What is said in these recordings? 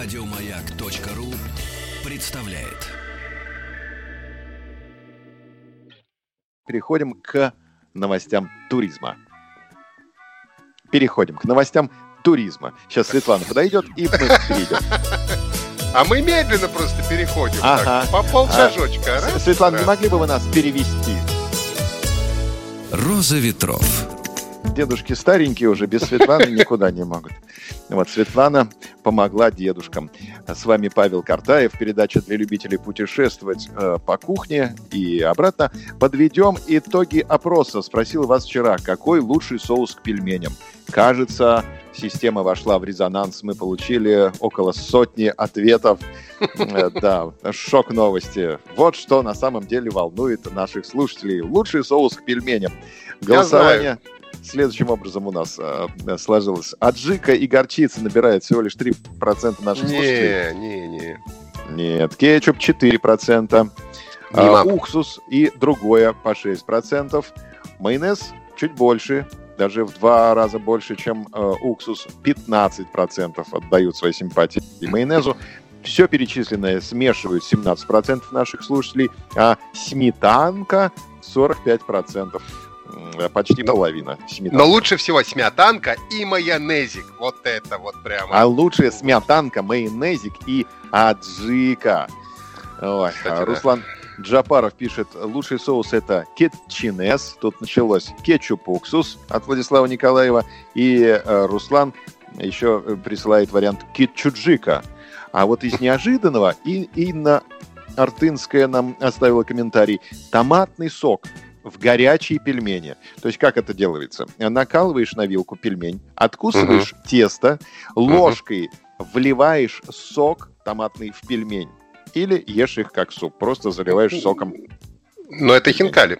Радиомаяк.ру представляет. Переходим к новостям туризма. Сейчас Светлана подойдет, и мы перейдем. А мы медленно просто переходим. Ага. Так, по полшажочка. Раз, Светлана, раз. не могли бы вы нас перевести? Роза ветров. Дедушки старенькие уже, без Светланы никуда не могут. Вот Светлана помогла дедушкам. С вами Павел Картаев, передача для любителей путешествовать по кухне и обратно. Подведем итоги опроса. Спросил вас вчера, какой лучший соус к пельменям. Кажется, система вошла в резонанс. Мы получили около 100 ответов. Да, шок новости. Вот что на самом деле волнует наших слушателей. Лучший соус к пельменям. Голосование следующим образом у нас сложилось. Аджика и горчица набирают всего лишь 3% наших слушателей. Нет, кетчуп 4%. Уксус и другое по 6%. Майонез чуть больше, даже в 2 раза больше, чем уксус. 15% отдают свои симпатии майонезу. Все перечисленное смешивают 17% наших слушателей, а сметанка 45%. Почти половина. Сметанка. Но лучше всего сметанка и майонезик. Вот это вот прямо. А лучше сметанка, майонезик и аджика. Ой, Кстати, Руслан Джапаров пишет, лучший соус это кетчинес. Тут началось кетчуп-уксус от Владислава Николаева. И Руслан еще присылает вариант кетчуджика. А вот из неожиданного Инна Артынская нам оставила комментарий. Томатный сок в горячие пельмени. То есть как это делается? Накалываешь на вилку пельмень, откусываешь тесто, ложкой вливаешь сок томатный в пельмень. Или ешь их как суп, просто заливаешь соком. Но это хинкали.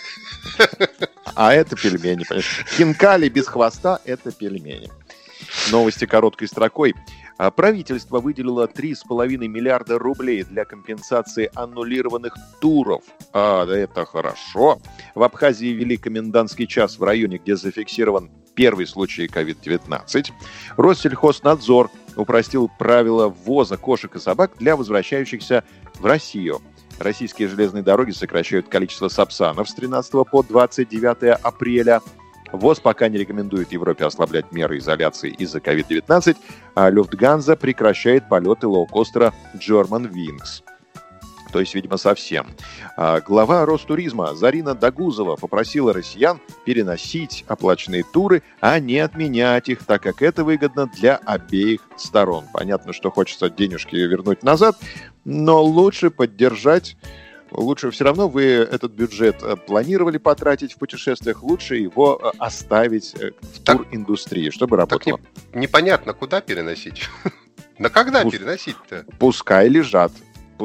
А это пельмени, понимаешь? Хинкали без хвоста – это пельмени. Новости короткой строкой. Правительство выделило 3,5 миллиарда рублей для компенсации аннулированных туров. Это хорошо. В Абхазии ввели комендантский час в районе, где зафиксирован первый случай COVID-19. Россельхознадзор упростил правила ввоза кошек и собак для возвращающихся в Россию. Российские железные дороги сокращают количество сапсанов с 13 по 29 апреля. ВОЗ пока не рекомендует Европе ослаблять меры изоляции из-за COVID-19, а Люфтганза прекращает полеты лоукостера Germanwings. То есть, видимо, совсем. Глава Ростуризма Зарина Дагузова попросила россиян переносить оплаченные туры, а не отменять их, так как это выгодно для обеих сторон. Понятно, что хочется денежки вернуть назад, но лучше поддержать. Лучше все равно вы этот бюджет планировали потратить в путешествиях, лучше его оставить в туриндустрии, чтобы работало. Так непонятно, куда переносить. На когда переносить-то? Пускай лежат.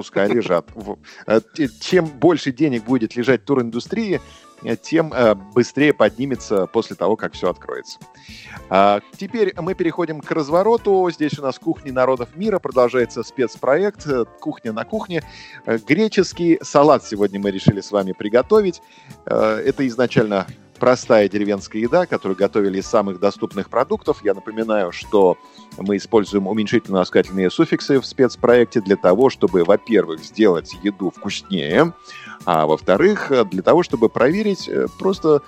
Чем больше денег будет лежать в туриндустрии, тем быстрее поднимется после того, как все откроется. Теперь мы переходим к развороту. Здесь у нас «Кухни народов мира». Продолжается спецпроект «Кухня на кухне». Греческий салат сегодня мы решили с вами приготовить. Это изначально простая деревенская еда, которую готовили из самых доступных продуктов. Я напоминаю, что мы используем уменьшительно-ласкательные суффиксы в спецпроекте для того, чтобы, во-первых, сделать еду вкуснее, а во-вторых, для того, чтобы проверить просто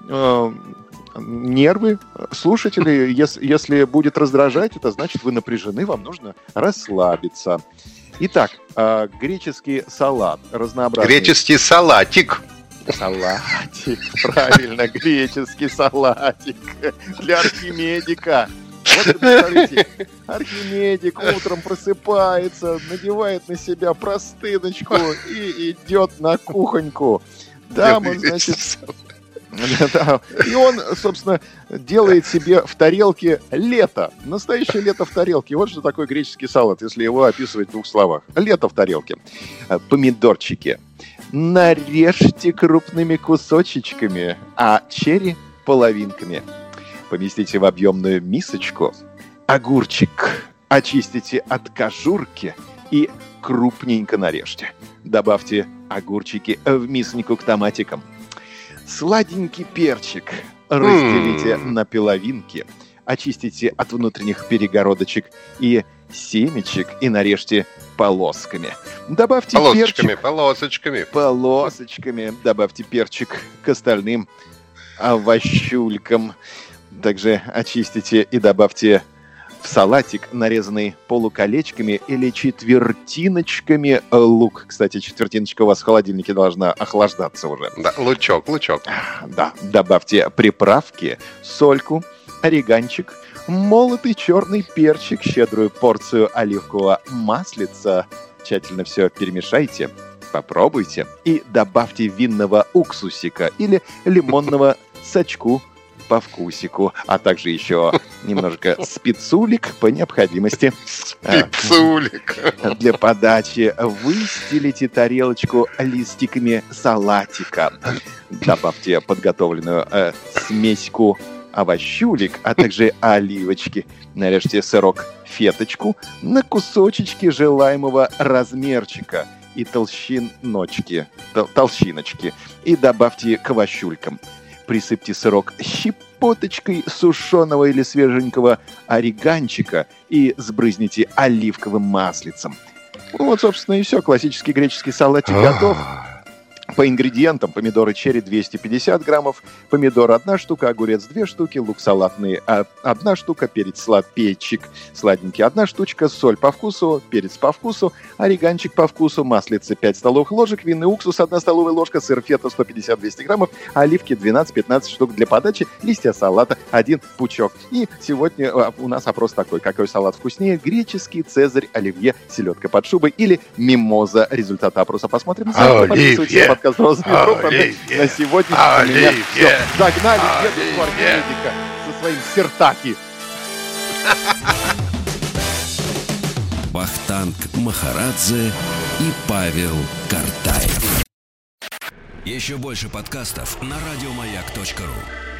нервы слушателей. Если будет раздражать, это значит, вы напряжены, вам нужно расслабиться. Итак, греческий салат разнообразный. Греческий салатик. Салатик, правильно, греческий салатик для Архимедика. Вот представляете, Архимедик утром просыпается, надевает на себя простыночку и идет на кухоньку. Там он, значит... Да. И он, собственно, делает себе в тарелке лето. Настоящее лето в тарелке. Вот что такое греческий салат, если его описывать в 2 словах. Лето в тарелке. Помидорчики нарежьте крупными кусочечками, а черри половинками. Поместите в объемную мисочку. Огурчик очистите от кожурки и крупненько нарежьте. Добавьте огурчики в мисоньку к томатикам. Сладенький перчик разделите на половинки. очистите от внутренних перегородочек и семечек и нарежьте полосками. Добавьте полосочками. Добавьте перчик к остальным овощулькам. Также очистите и добавьте в салатик нарезанный полуколечками или четвертиночками лук. Кстати, четвертиночка у вас в холодильнике должна охлаждаться уже. Да, лучок. Да, добавьте приправки, сольку, ориганчик, молотый черный перчик, щедрую порцию оливкового маслица. Тщательно все перемешайте, попробуйте и добавьте винного уксусика или лимонного сачку по вкусику, а также еще немножко спецулик по необходимости. Спецулик. Для подачи выстелите тарелочку листиками салатика. Добавьте подготовленную смеську овощулик, а также оливочки. Нарежьте сырок феточку на кусочечки желаемого размерчика и толщиночки, и добавьте к овощулькам. Присыпьте сырок щепоточкой сушеного или свеженького ориганчика и сбрызните оливковым маслицем. Вот, собственно, и все. Классический греческий салатик готов. По ингредиентам: помидоры черри 250 граммов, помидор 1 штука, огурец 2 штуки, лук салатный 1 штука, перчик сладенький 1 штучка, соль по вкусу, перец по вкусу, ориганчик по вкусу, маслица 5 столовых ложек, винный уксус 1 столовая ложка, сыр фета 150-200 граммов, оливки 12-15 штук для подачи, листья салата 1 пучок. И сегодня у нас опрос такой: какой салат вкуснее, греческий, цезарь, оливье, селедка под шубой или мимоза? Результаты опроса посмотрим на сайте. Подписывайтесь подкаст «Розовый микрофон». На сегодня у меня все. Загнали дедушку Архимедика со своим сертаки. Вахтанг Махарадзе и Павел Картаев. Еще больше подкастов на радиомаяк.ру.